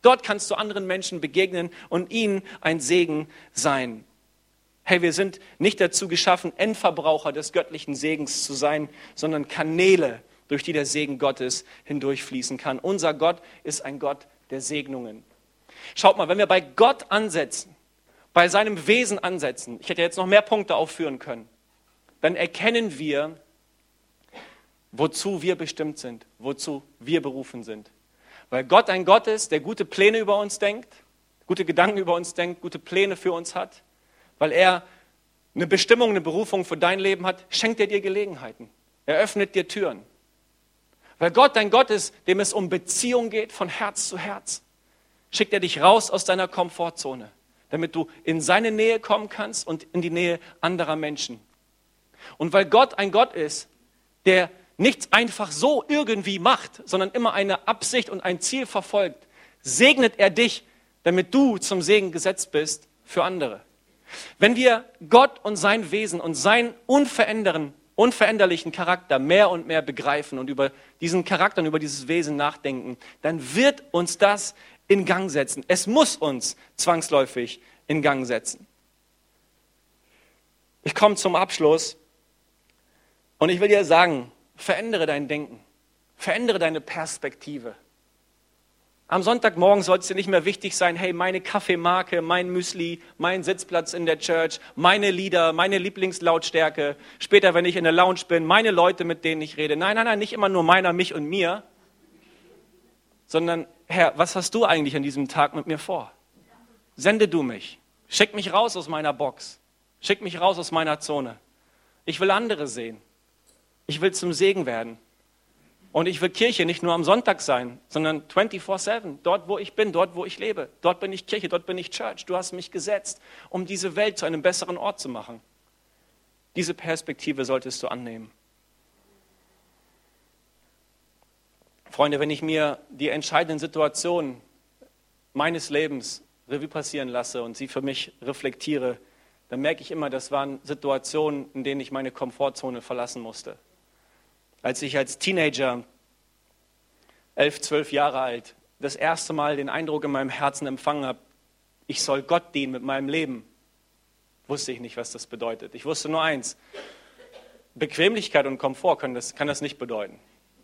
Dort kannst du anderen Menschen begegnen und ihnen ein Segen sein. Hey, wir sind nicht dazu geschaffen, Endverbraucher des göttlichen Segens zu sein, sondern Kanäle, durch die der Segen Gottes hindurchfließen kann. Unser Gott ist ein Gott der Segnungen. Schaut mal, wenn wir bei Gott ansetzen, bei seinem Wesen ansetzen, ich hätte jetzt noch mehr Punkte aufführen können, dann erkennen wir, wozu wir bestimmt sind, wozu wir berufen sind. Weil Gott ein Gott ist, der gute Pläne über uns denkt, gute Gedanken über uns denkt, gute Pläne für uns hat. Weil er eine Bestimmung, eine Berufung für dein Leben hat, schenkt er dir Gelegenheiten. Er öffnet dir Türen. Weil Gott ein Gott ist, dem es um Beziehung geht, von Herz zu Herz, schickt er dich raus aus deiner Komfortzone, damit du in seine Nähe kommen kannst und in die Nähe anderer Menschen. Und weil Gott ein Gott ist, der nichts einfach so irgendwie macht, sondern immer eine Absicht und ein Ziel verfolgt, segnet er dich, damit du zum Segen gesetzt bist für andere. Wenn wir Gott und sein Wesen und seinen unverändern, unveränderlichen Charakter mehr und mehr begreifen und über diesen Charakter und über dieses Wesen nachdenken, dann wird uns das in Gang setzen. Es muss uns zwangsläufig in Gang setzen. Ich komme zum Abschluss und ich will dir sagen, verändere dein Denken, verändere deine Perspektive. Am Sonntagmorgen soll es dir nicht mehr wichtig sein, hey, meine Kaffeemarke, mein Müsli, mein Sitzplatz in der Church, meine Lieder, meine Lieblingslautstärke, später, wenn ich in der Lounge bin, meine Leute, mit denen ich rede. Nein, nein, nein, nicht immer nur meiner, mich und mir, sondern, Herr, was hast du eigentlich an diesem Tag mit mir vor? Sende du mich, schick mich raus aus meiner Box, schick mich raus aus meiner Zone. Ich will andere sehen, ich will zum Segen werden. Und ich will Kirche nicht nur am Sonntag sein, sondern vierundzwanzig sieben, dort wo ich bin, dort wo ich lebe. Dort bin ich Kirche, dort bin ich Church. Du hast mich gesetzt, um diese Welt zu einem besseren Ort zu machen. Diese Perspektive solltest du annehmen. Freunde, wenn ich mir die entscheidenden Situationen meines Lebens Revue passieren lasse und sie für mich reflektiere, dann merke ich immer, das waren Situationen, in denen ich meine Komfortzone verlassen musste. Als ich als Teenager, elf, zwölf Jahre alt, das erste Mal den Eindruck in meinem Herzen empfangen habe, ich soll Gott dienen mit meinem Leben, wusste ich nicht, was das bedeutet. Ich wusste nur eins, Bequemlichkeit und Komfort können das, kann das nicht bedeuten.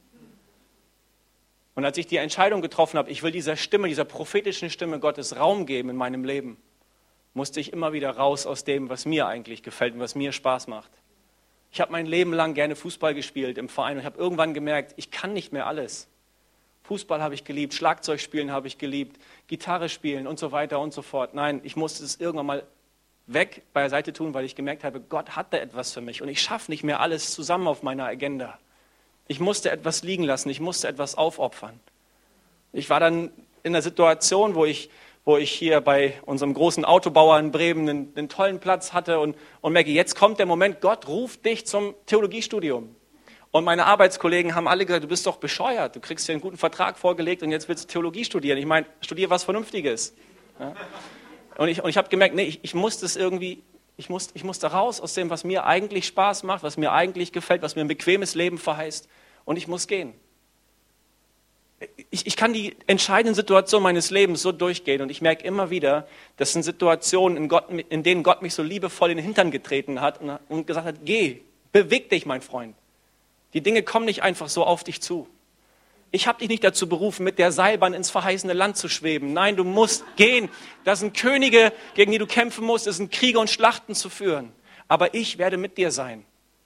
Und als ich die Entscheidung getroffen habe, ich will dieser Stimme, dieser prophetischen Stimme Gottes Raum geben in meinem Leben, musste ich immer wieder raus aus dem, was mir eigentlich gefällt und was mir Spaß macht. Ich habe mein Leben lang gerne Fußball gespielt im Verein und ich habe irgendwann gemerkt, ich kann nicht mehr alles. Fußball habe ich geliebt, Schlagzeug spielen habe ich geliebt, Gitarre spielen und so weiter und so fort. Nein, ich musste es irgendwann mal weg beiseite tun, weil ich gemerkt habe, Gott hat da etwas für mich und ich schaffe nicht mehr alles zusammen auf meiner Agenda. Ich musste etwas liegen lassen, ich musste etwas aufopfern. Ich war dann in einer Situation, wo ich wo ich hier bei unserem großen Autobauer in Bremen einen, einen tollen Platz hatte und, und merke, jetzt kommt der Moment, Gott ruft dich zum Theologiestudium. Und meine Arbeitskollegen haben alle gesagt, du bist doch bescheuert, du kriegst hier einen guten Vertrag vorgelegt und jetzt willst du Theologie studieren. Ich meine, studiere was Vernünftiges. Ja? Und ich, und ich habe gemerkt, nee, ich, ich muss das irgendwie, ich muss, ich muss da raus aus dem, was mir eigentlich Spaß macht, was mir eigentlich gefällt, was mir ein bequemes Leben verheißt und ich muss gehen. Ich, ich kann die entscheidenden Situationen meines Lebens so durchgehen und ich merke immer wieder, das sind Situationen, in, Gott, in denen Gott mich so liebevoll in den Hintern getreten hat und, und gesagt hat, geh, beweg dich, mein Freund. Die Dinge kommen nicht einfach so auf dich zu. Ich habe dich nicht dazu berufen, mit der Seilbahn ins verheißene Land zu schweben. Nein, du musst gehen. Das sind Könige, gegen die du kämpfen musst. Das sind Kriege und Schlachten zu führen. Aber ich werde mit dir sein.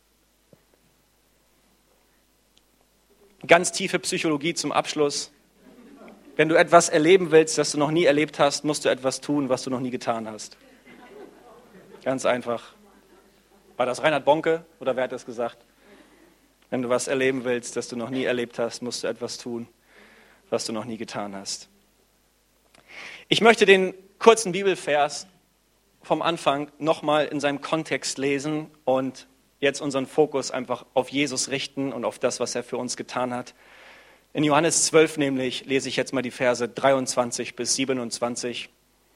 Ganz tiefe Psychologie zum Abschluss. Wenn du etwas erleben willst, das du noch nie erlebt hast, musst du etwas tun, was du noch nie getan hast. Ganz einfach. War das Reinhard Bonke oder wer hat das gesagt? Wenn du was erleben willst, das du noch nie erlebt hast, musst du etwas tun, was du noch nie getan hast. Ich möchte den kurzen Bibelvers vom Anfang nochmal in seinem Kontext lesen und jetzt unseren Fokus einfach auf Jesus richten und auf das, was er für uns getan hat. In Johannes zwölf nämlich lese ich jetzt mal die Verse dreiundzwanzig bis siebenundzwanzig.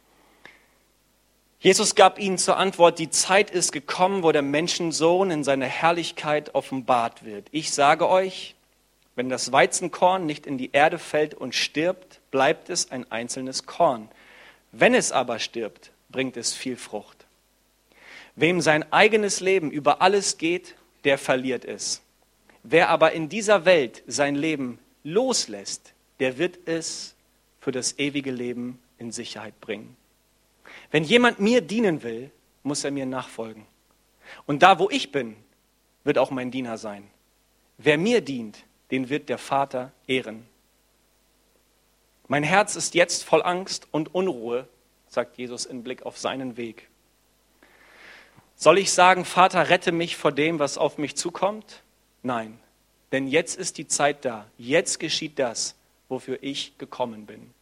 Jesus gab ihnen zur Antwort, die Zeit ist gekommen, wo der Menschensohn in seiner Herrlichkeit offenbart wird. Ich sage euch, wenn das Weizenkorn nicht in die Erde fällt und stirbt, bleibt es ein einzelnes Korn. Wenn es aber stirbt, bringt es viel Frucht. Wem sein eigenes Leben über alles geht, der verliert es. Wer aber in dieser Welt sein Leben loslässt, der wird es für das ewige Leben in Sicherheit bringen. Wenn jemand mir dienen will, muss er mir nachfolgen. Und da, wo ich bin, wird auch mein Diener sein. Wer mir dient, den wird der Vater ehren. Mein Herz ist jetzt voll Angst und Unruhe, sagt Jesus im Blick auf seinen Weg. Soll ich sagen, Vater, rette mich vor dem, was auf mich zukommt? Nein, denn jetzt ist die Zeit da. Jetzt geschieht das, wofür ich gekommen bin.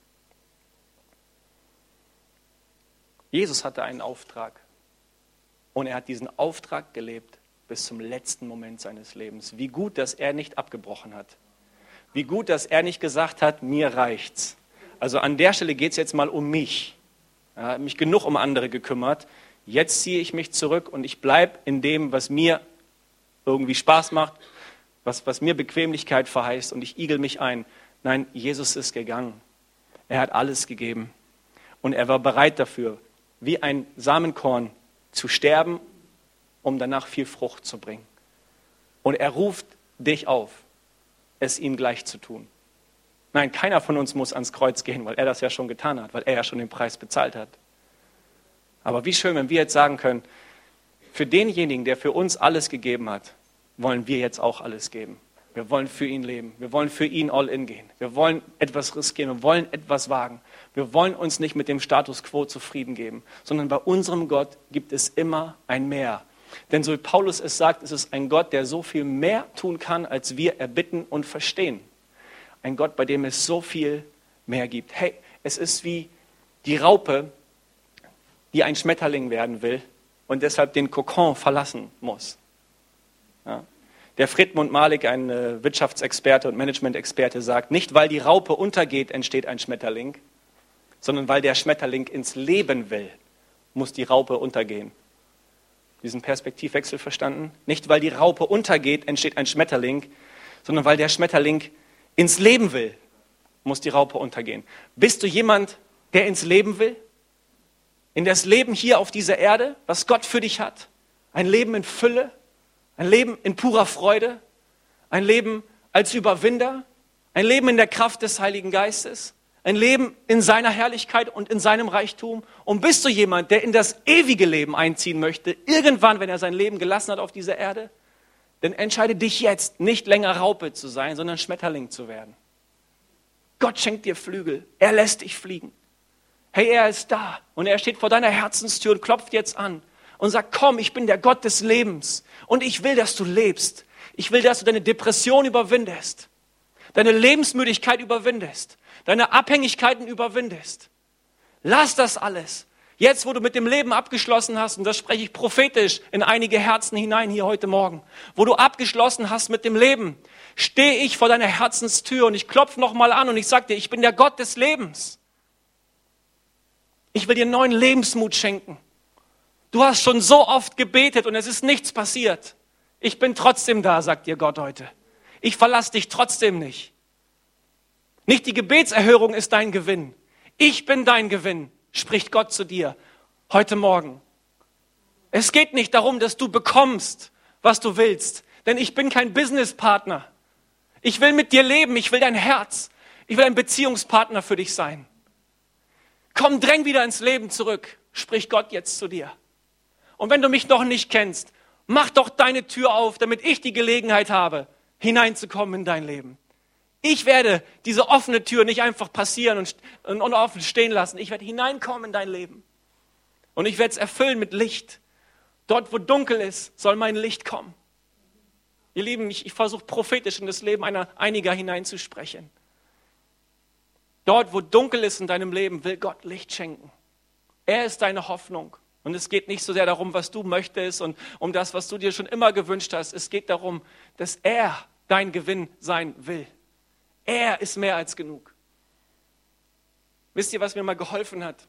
Jesus hatte einen Auftrag und er hat diesen Auftrag gelebt bis zum letzten Moment seines Lebens. Wie gut, dass er nicht abgebrochen hat. Wie gut, dass er nicht gesagt hat, mir reicht's. Also an der Stelle geht es jetzt mal um mich. Er hat mich genug um andere gekümmert. Jetzt ziehe ich mich zurück und ich bleibe in dem, was mir irgendwie Spaß macht, was, was mir Bequemlichkeit verheißt und ich igel mich ein. Nein, Jesus ist gegangen. Er hat alles gegeben und er war bereit dafür, wie ein Samenkorn zu sterben, um danach viel Frucht zu bringen. Und er ruft dich auf, es ihm gleich zu tun. Nein, keiner von uns muss ans Kreuz gehen, weil er das ja schon getan hat, weil er ja schon den Preis bezahlt hat. Aber wie schön, wenn wir jetzt sagen können, für denjenigen, der für uns alles gegeben hat, wollen wir jetzt auch alles geben. Wir wollen für ihn leben. Wir wollen für ihn all in gehen. Wir wollen etwas riskieren. Wir wollen etwas wagen. Wir wollen uns nicht mit dem Status quo zufrieden geben, sondern bei unserem Gott gibt es immer ein Mehr. Denn so wie Paulus es sagt, ist es ein Gott, der so viel mehr tun kann, als wir erbitten und verstehen. Ein Gott, bei dem es so viel mehr gibt. Hey, es ist wie die Raupe, die ein Schmetterling werden will und deshalb den Kokon verlassen muss. Ja. Der Friedemann Malik, ein äh, Wirtschaftsexperte und Management-Experte, sagt, nicht weil die Raupe untergeht, entsteht ein Schmetterling, sondern weil der Schmetterling ins Leben will, muss die Raupe untergehen. Diesen Perspektivwechsel verstanden? Nicht weil die Raupe untergeht, entsteht ein Schmetterling, sondern weil der Schmetterling ins Leben will, muss die Raupe untergehen. Bist du jemand, der ins Leben will? In das Leben hier auf dieser Erde, was Gott für dich hat? Ein Leben in Fülle? Ein Leben in purer Freude? Ein Leben als Überwinder? Ein Leben in der Kraft des Heiligen Geistes? Ein Leben in seiner Herrlichkeit und in seinem Reichtum? Und bist du jemand, der in das ewige Leben einziehen möchte, irgendwann, wenn er sein Leben gelassen hat auf dieser Erde? Dann entscheide dich jetzt, nicht länger Raupe zu sein, sondern Schmetterling zu werden. Gott schenkt dir Flügel. Er lässt dich fliegen. Hey, er ist da und er steht vor deiner Herzenstür und klopft jetzt an und sagt, komm, ich bin der Gott des Lebens und ich will, dass du lebst. Ich will, dass du deine Depression überwindest, deine Lebensmüdigkeit überwindest, deine Abhängigkeiten überwindest. Lass das alles. Jetzt, wo du mit dem Leben abgeschlossen hast, und das spreche ich prophetisch in einige Herzen hinein hier heute Morgen, wo du abgeschlossen hast mit dem Leben, stehe ich vor deiner Herzenstür und ich klopfe nochmal an und ich sage dir, ich bin der Gott des Lebens. Ich will dir neuen Lebensmut schenken. Du hast schon so oft gebetet und es ist nichts passiert. Ich bin trotzdem da, sagt dir Gott heute. Ich verlasse dich trotzdem nicht. Nicht die Gebetserhörung ist dein Gewinn. Ich bin dein Gewinn, spricht Gott zu dir heute Morgen. Es geht nicht darum, dass du bekommst, was du willst. Denn ich bin kein Businesspartner. Ich will mit dir leben. Ich will dein Herz. Ich will ein Beziehungspartner für dich sein. Komm, dräng wieder ins Leben zurück, spricht Gott jetzt zu dir. Und wenn du mich noch nicht kennst, mach doch deine Tür auf, damit ich die Gelegenheit habe, hineinzukommen in dein Leben. Ich werde diese offene Tür nicht einfach passieren und, und, und offen stehen lassen. Ich werde hineinkommen in dein Leben. Und ich werde es erfüllen mit Licht. Dort, wo dunkel ist, soll mein Licht kommen. Ihr Lieben, ich, ich versuche prophetisch in das Leben einer, einiger hineinzusprechen. Dort, wo dunkel ist in deinem Leben, will Gott Licht schenken. Er ist deine Hoffnung. Und es geht nicht so sehr darum, was du möchtest und um das, was du dir schon immer gewünscht hast. Es geht darum, dass er dein Gewinn sein will. Er ist mehr als genug. Wisst ihr, was mir mal geholfen hat?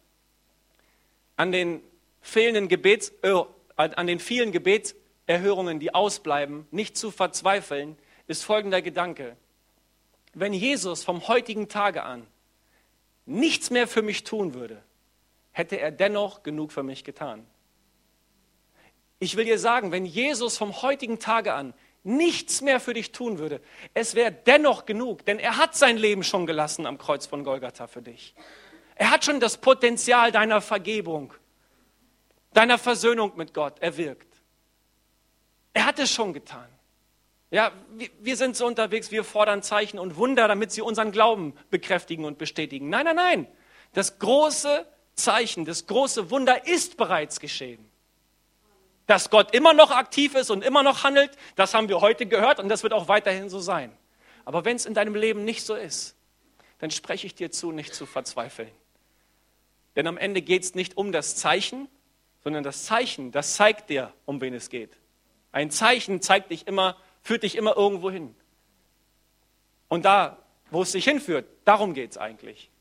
An den fehlenden Gebets, äh, an den vielen Gebetserhörungen, die ausbleiben, nicht zu verzweifeln, ist folgender Gedanke. Wenn Jesus vom heutigen Tage an nichts mehr für mich tun würde, hätte er dennoch genug für mich getan. Ich will dir sagen, wenn Jesus vom heutigen Tage an nichts mehr für dich tun würde, es wäre dennoch genug, denn er hat sein Leben schon gelassen am Kreuz von Golgatha für dich. Er hat schon das Potenzial deiner Vergebung, deiner Versöhnung mit Gott erwirkt. Er hat es schon getan. Ja, wir, wir sind so unterwegs, wir fordern Zeichen und Wunder, damit sie unseren Glauben bekräftigen und bestätigen. Nein, nein, nein. Das große Zeichen, das große Wunder ist bereits geschehen. Dass Gott immer noch aktiv ist und immer noch handelt, das haben wir heute gehört und das wird auch weiterhin so sein. Aber wenn es in deinem Leben nicht so ist, dann spreche ich dir zu, nicht zu verzweifeln. Denn am Ende geht es nicht um das Zeichen, sondern das Zeichen, das zeigt dir, um wen es geht. Ein Zeichen zeigt dich immer, führt dich immer irgendwo hin. Und da, wo es dich hinführt, darum geht es eigentlich.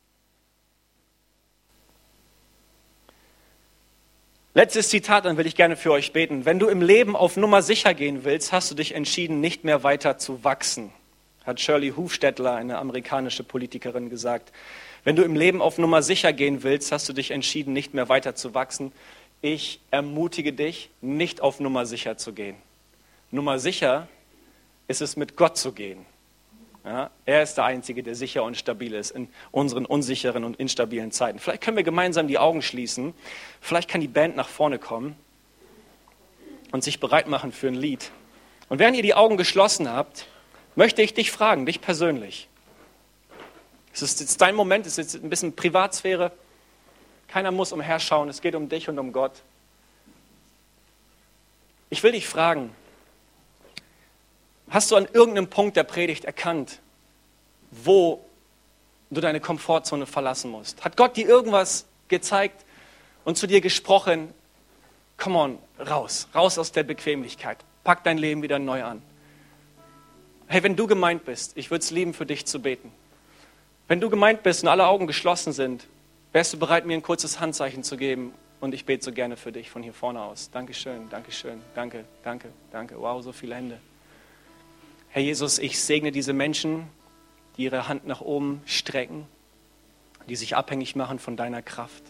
Letztes Zitat, dann will ich gerne für euch beten. Wenn du im Leben auf Nummer sicher gehen willst, hast du dich entschieden, nicht mehr weiter zu wachsen, hat Shirley Hufstettler, eine amerikanische Politikerin, gesagt. Wenn du im Leben auf Nummer sicher gehen willst, hast du dich entschieden, nicht mehr weiter zu wachsen. Ich ermutige dich, nicht auf Nummer sicher zu gehen. Nummer sicher ist es, mit Gott zu gehen. Ja, er ist der Einzige, der sicher und stabil ist in unseren unsicheren und instabilen Zeiten. Vielleicht können wir gemeinsam die Augen schließen. Vielleicht kann die Band nach vorne kommen und sich bereit machen für ein Lied. Und während ihr die Augen geschlossen habt, möchte ich dich fragen, dich persönlich. Es ist jetzt dein Moment, es ist jetzt ein bisschen Privatsphäre. Keiner muss umherschauen, es geht um dich und um Gott. Ich will dich fragen, hast du an irgendeinem Punkt der Predigt erkannt, wo du deine Komfortzone verlassen musst? Hat Gott dir irgendwas gezeigt und zu dir gesprochen? Come on, raus, raus aus der Bequemlichkeit. Pack dein Leben wieder neu an. Hey, wenn du gemeint bist, ich würde es lieben, für dich zu beten. Wenn du gemeint bist und alle Augen geschlossen sind, wärst du bereit, mir ein kurzes Handzeichen zu geben? Und ich bete so gerne für dich von hier vorne aus. Dankeschön, Dankeschön, danke, danke, danke. Wow, so viele Hände. Herr Jesus, ich segne diese Menschen, die ihre Hand nach oben strecken, die sich abhängig machen von deiner Kraft.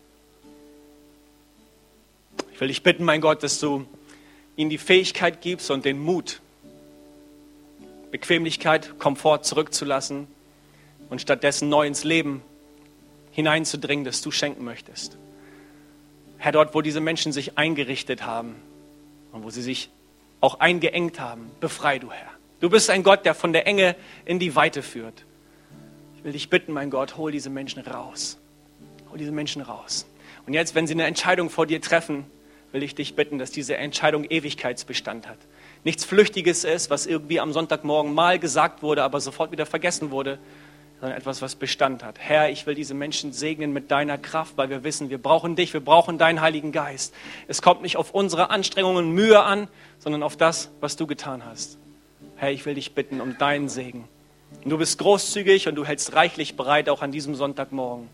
Ich will dich bitten, mein Gott, dass du ihnen die Fähigkeit gibst und den Mut, Bequemlichkeit, Komfort zurückzulassen und stattdessen neu ins Leben hineinzudringen, das du schenken möchtest. Herr, dort, wo diese Menschen sich eingerichtet haben und wo sie sich auch eingeengt haben, befrei du, Herr. Du bist ein Gott, der von der Enge in die Weite führt. Ich will dich bitten, mein Gott, hol diese Menschen raus. Hol diese Menschen raus. Und jetzt, wenn sie eine Entscheidung vor dir treffen, will ich dich bitten, dass diese Entscheidung Ewigkeitsbestand hat. Nichts Flüchtiges ist, was irgendwie am Sonntagmorgen mal gesagt wurde, aber sofort wieder vergessen wurde, sondern etwas, was Bestand hat. Herr, ich will diese Menschen segnen mit deiner Kraft, weil wir wissen, wir brauchen dich, wir brauchen deinen Heiligen Geist. Es kommt nicht auf unsere Anstrengungen und Mühe an, sondern auf das, was du getan hast. Herr, ich will dich bitten um deinen Segen. Und du bist großzügig und du hältst reichlich bereit, auch an diesem Sonntagmorgen.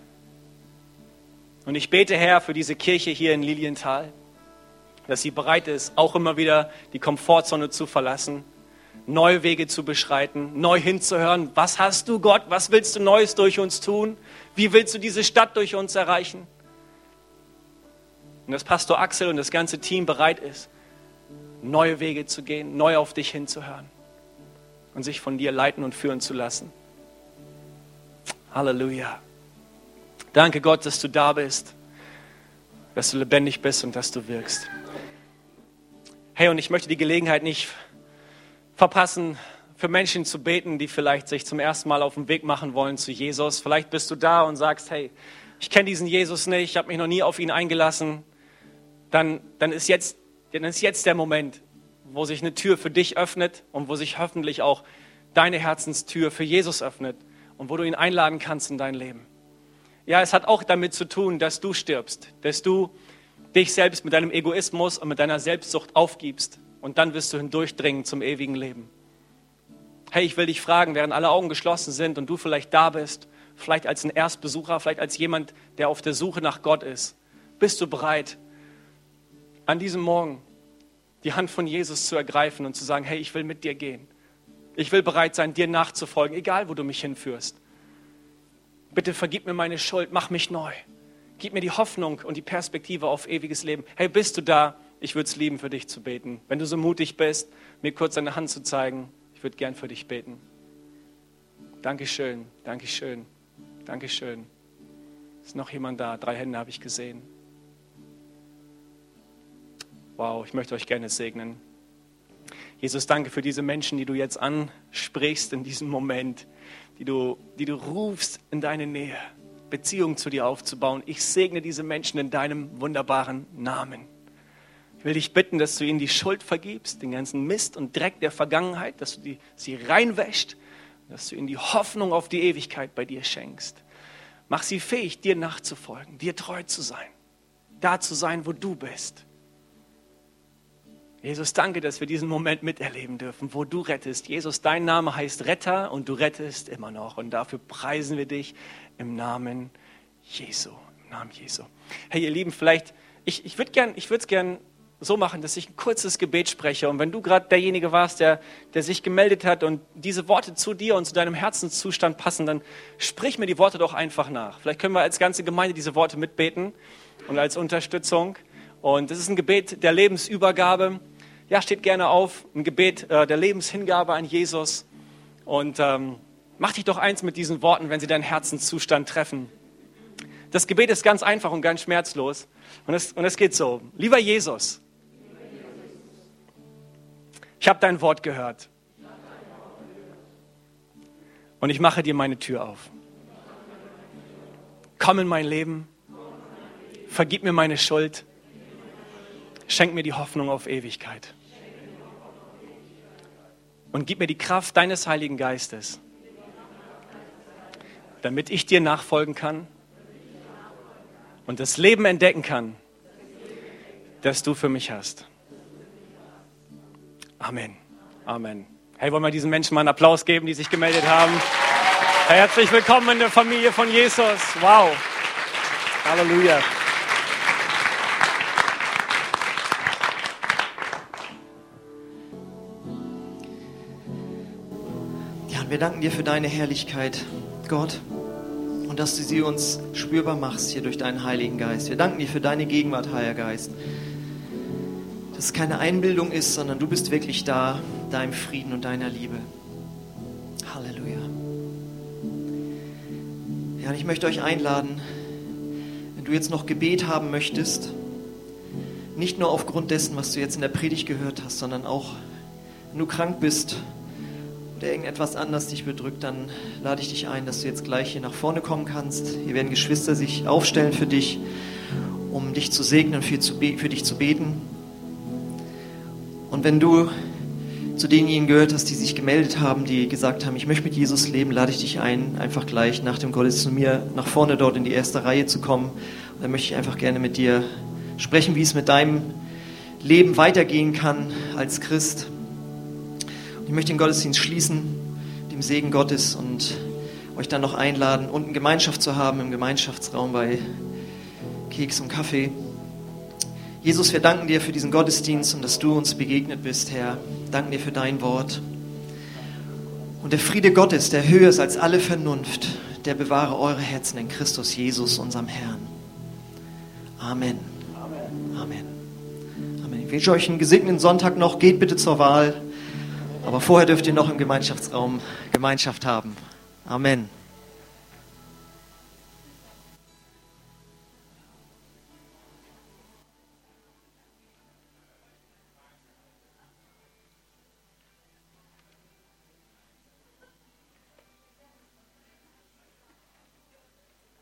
Und ich bete, Herr, für diese Kirche hier in Lilienthal, dass sie bereit ist, auch immer wieder die Komfortzone zu verlassen, neue Wege zu beschreiten, neu hinzuhören. Was hast du, Gott? Was willst du Neues durch uns tun? Wie willst du diese Stadt durch uns erreichen? Und dass Pastor Axel und das ganze Team bereit ist, neue Wege zu gehen, neu auf dich hinzuhören und sich von dir leiten und führen zu lassen. Halleluja. Danke Gott, dass du da bist, dass du lebendig bist und dass du wirkst. Hey, und ich möchte die Gelegenheit nicht verpassen, für Menschen zu beten, die vielleicht sich zum ersten Mal auf den Weg machen wollen zu Jesus. Vielleicht bist du da und sagst, hey, ich kenne diesen Jesus nicht, ich habe mich noch nie auf ihn eingelassen. Dann, dann, ist jetzt, dann ist jetzt der Moment, wo sich eine Tür für dich öffnet und wo sich hoffentlich auch deine Herzenstür für Jesus öffnet und wo du ihn einladen kannst in dein Leben. Ja, es hat auch damit zu tun, dass du stirbst, dass du dich selbst mit deinem Egoismus und mit deiner Selbstsucht aufgibst und dann wirst du hindurchdringen zum ewigen Leben. Hey, ich will dich fragen, während alle Augen geschlossen sind und du vielleicht da bist, vielleicht als ein Erstbesucher, vielleicht als jemand, der auf der Suche nach Gott ist, bist du bereit, an diesem Morgen die Hand von Jesus zu ergreifen und zu sagen, hey, ich will mit dir gehen. Ich will bereit sein, dir nachzufolgen, egal wo du mich hinführst. Bitte vergib mir meine Schuld, mach mich neu. Gib mir die Hoffnung und die Perspektive auf ewiges Leben. Hey, bist du da? Ich würde es lieben, für dich zu beten. Wenn du so mutig bist, mir kurz deine Hand zu zeigen, ich würde gern für dich beten. Dankeschön, Dankeschön, Dankeschön. Ist noch jemand da? Drei Hände habe ich gesehen. Wow, ich möchte euch gerne segnen. Jesus, danke für diese Menschen, die du jetzt ansprichst in diesem Moment, die du, die du rufst in deine Nähe, Beziehung zu dir aufzubauen. Ich segne diese Menschen in deinem wunderbaren Namen. Ich will dich bitten, dass du ihnen die Schuld vergibst, den ganzen Mist und Dreck der Vergangenheit, dass du die, sie reinwäscht, dass du ihnen die Hoffnung auf die Ewigkeit bei dir schenkst. Mach sie fähig, dir nachzufolgen, dir treu zu sein, da zu sein, wo du bist. Jesus, danke, dass wir diesen Moment miterleben dürfen, wo du rettest. Jesus, dein Name heißt Retter und du rettest immer noch. Und dafür preisen wir dich im Namen Jesu. Im Namen Jesu. Hey, ihr Lieben, vielleicht, ich, ich würde gern, ich würde es gern so machen, dass ich ein kurzes Gebet spreche. Und wenn du gerade derjenige warst, der, der sich gemeldet hat und diese Worte zu dir und zu deinem Herzenszustand passen, dann sprich mir die Worte doch einfach nach. Vielleicht können wir als ganze Gemeinde diese Worte mitbeten und als Unterstützung. Und das ist ein Gebet der Lebensübergabe. Ja, steht gerne auf, ein Gebet äh, der Lebenshingabe an Jesus. Und ähm, mach dich doch eins mit diesen Worten, wenn sie deinen Herzenszustand treffen. Das Gebet ist ganz einfach und ganz schmerzlos. Und es, und es geht so. Lieber Jesus, ich habe dein Wort gehört. Und ich mache dir meine Tür auf. Komm in mein Leben. Vergib mir meine Schuld. Schenk mir die Hoffnung auf Ewigkeit. Und gib mir die Kraft deines Heiligen Geistes, damit ich dir nachfolgen kann und das Leben entdecken kann, das du für mich hast. Amen. Amen. Hey, wollen wir diesen Menschen mal einen Applaus geben, die sich gemeldet haben? Hey, herzlich willkommen in der Familie von Jesus. Wow. Halleluja. Wir danken dir für deine Herrlichkeit, Gott, und dass du sie uns spürbar machst hier durch deinen Heiligen Geist. Wir danken dir für deine Gegenwart, Heiliger Geist. Dass es keine Einbildung ist, sondern du bist wirklich da, deinem Frieden und deiner Liebe. Halleluja. Ja, und ich möchte euch einladen, wenn du jetzt noch Gebet haben möchtest, nicht nur aufgrund dessen, was du jetzt in der Predigt gehört hast, sondern auch, wenn du krank bist, oder irgendetwas anderes dich bedrückt, dann lade ich dich ein, dass du jetzt gleich hier nach vorne kommen kannst. Hier werden Geschwister sich aufstellen für dich, um dich zu segnen und für, zu be- für dich zu beten. Und wenn du zu denjenigen gehört hast, die sich gemeldet haben, die gesagt haben, ich möchte mit Jesus leben, lade ich dich ein, einfach gleich nach dem Gottesdienst zu mir nach vorne dort in die erste Reihe zu kommen. Und dann möchte ich einfach gerne mit dir sprechen, wie es mit deinem Leben weitergehen kann als Christ. Ich möchte den Gottesdienst schließen, dem Segen Gottes, und euch dann noch einladen, unten Gemeinschaft zu haben im Gemeinschaftsraum bei Keks und Kaffee. Jesus, wir danken dir für diesen Gottesdienst und dass du uns begegnet bist, Herr. Danken dir für dein Wort. Und der Friede Gottes, der höher ist als alle Vernunft, der bewahre eure Herzen in Christus Jesus, unserem Herrn. Amen. Amen. Amen. Amen. Ich wünsche euch einen gesegneten Sonntag noch. Geht bitte zur Wahl. Aber vorher dürft ihr noch im Gemeinschaftsraum Gemeinschaft haben. Amen.